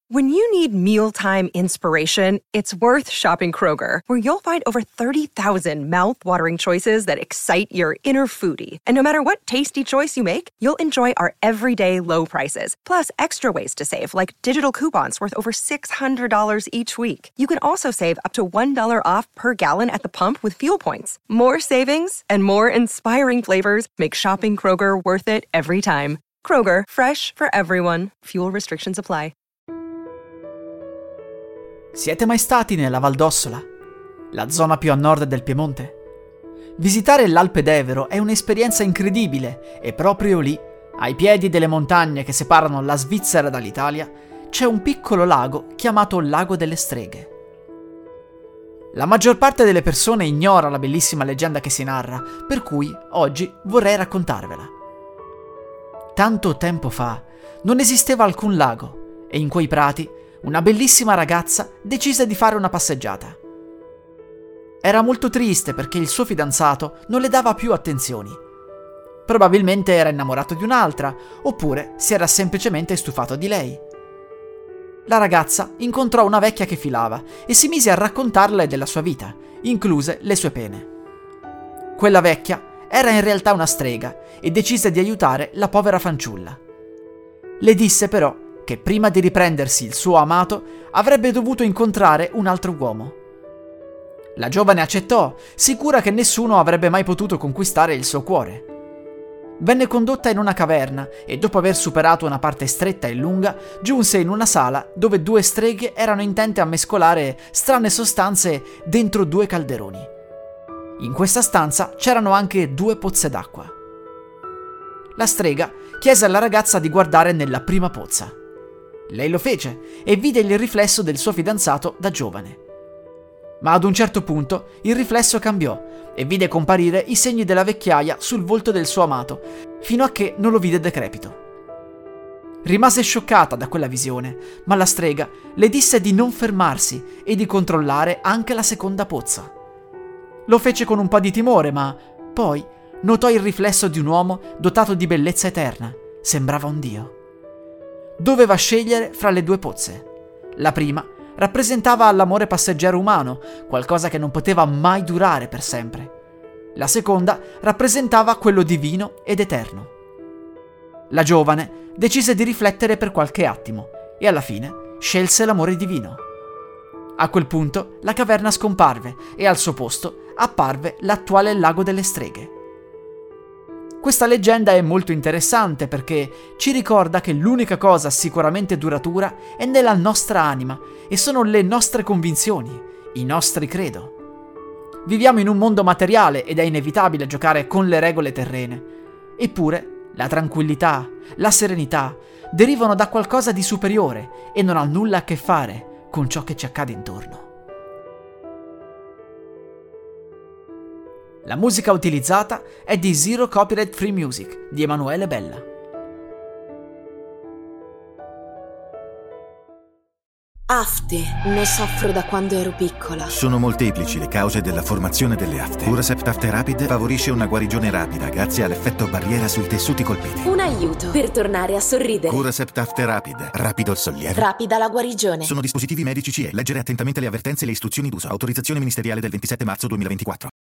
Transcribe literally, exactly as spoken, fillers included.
When you need mealtime inspiration, it's worth shopping Kroger, where you'll find over thirty thousand mouth-watering choices that excite your inner foodie. And no matter what tasty choice you make, you'll enjoy our everyday low prices, plus extra ways to save, like digital coupons worth over six hundred dollars each week. You can also save up to one dollar off per gallon at the pump with fuel points. More savings and more inspiring flavors make shopping Kroger worth it every time. Kroger, fresh for everyone. Fuel restrictions apply. Siete mai stati nella Val d'Ossola, la zona più a nord del Piemonte? Visitare l'Alpe d'Evero è un'esperienza incredibile e proprio lì, ai piedi delle montagne che separano la Svizzera dall'Italia, c'è un piccolo lago chiamato Lago delle Streghe. La maggior parte delle persone ignora la bellissima leggenda che si narra, per cui oggi vorrei raccontarvela. Tanto tempo fa non esisteva alcun lago e in quei prati una bellissima ragazza decise di fare una passeggiata. Era molto triste perché il suo fidanzato non le dava più attenzioni. Probabilmente era innamorato di un'altra, oppure si era semplicemente stufato di lei. La ragazza incontrò una vecchia che filava e si mise a raccontarle della sua vita, incluse le sue pene. Quella vecchia era in realtà una strega e decise di aiutare la povera fanciulla. Le disse però che prima di riprendersi il suo amato avrebbe dovuto incontrare un altro uomo. La giovane accettò, sicura che nessuno avrebbe mai potuto conquistare il suo cuore. Venne condotta in una caverna e dopo aver superato una parte stretta e lunga, giunse in una sala dove due streghe erano intente a mescolare strane sostanze dentro due calderoni. In questa stanza c'erano anche due pozze d'acqua. La strega chiese alla ragazza di guardare nella prima pozza. Lei lo fece e vide il riflesso del suo fidanzato da giovane. Ma ad un certo punto il riflesso cambiò e vide comparire i segni della vecchiaia sul volto del suo amato, fino a che non lo vide decrepito. Rimase scioccata da quella visione, ma la strega le disse di non fermarsi e di controllare anche la seconda pozza. Lo fece con un po' di timore, ma poi notò il riflesso di un uomo dotato di bellezza eterna. Sembrava un dio. Doveva scegliere fra le due pozze. La prima rappresentava l'amore passeggero umano, qualcosa che non poteva mai durare per sempre. La seconda rappresentava quello divino ed eterno. La giovane decise di riflettere per qualche attimo e alla fine scelse l'amore divino. A quel punto la caverna scomparve e al suo posto apparve l'attuale Lago delle Streghe. Questa leggenda è molto interessante perché ci ricorda che l'unica cosa sicuramente duratura è nella nostra anima e sono le nostre convinzioni, i nostri credo. Viviamo in un mondo materiale ed è inevitabile giocare con le regole terrene. Eppure la tranquillità, la serenità derivano da qualcosa di superiore e non ha nulla a che fare con ciò che ci accade intorno. La musica utilizzata è di Zero Copyright Free Music di Emanuele Bella. Afte, ne soffro da quando ero piccola. Sono molteplici le cause della formazione delle afte. Curacept Afte Rapid favorisce una guarigione rapida grazie all'effetto barriera sui tessuti colpiti. Un aiuto per tornare a sorridere. Curacept Afte Rapid, rapido il sollievo. Rapida la guarigione. Sono dispositivi medici C E. Leggere attentamente le avvertenze e le istruzioni d'uso. Autorizzazione ministeriale del ventisette marzo duemilaventiquattro.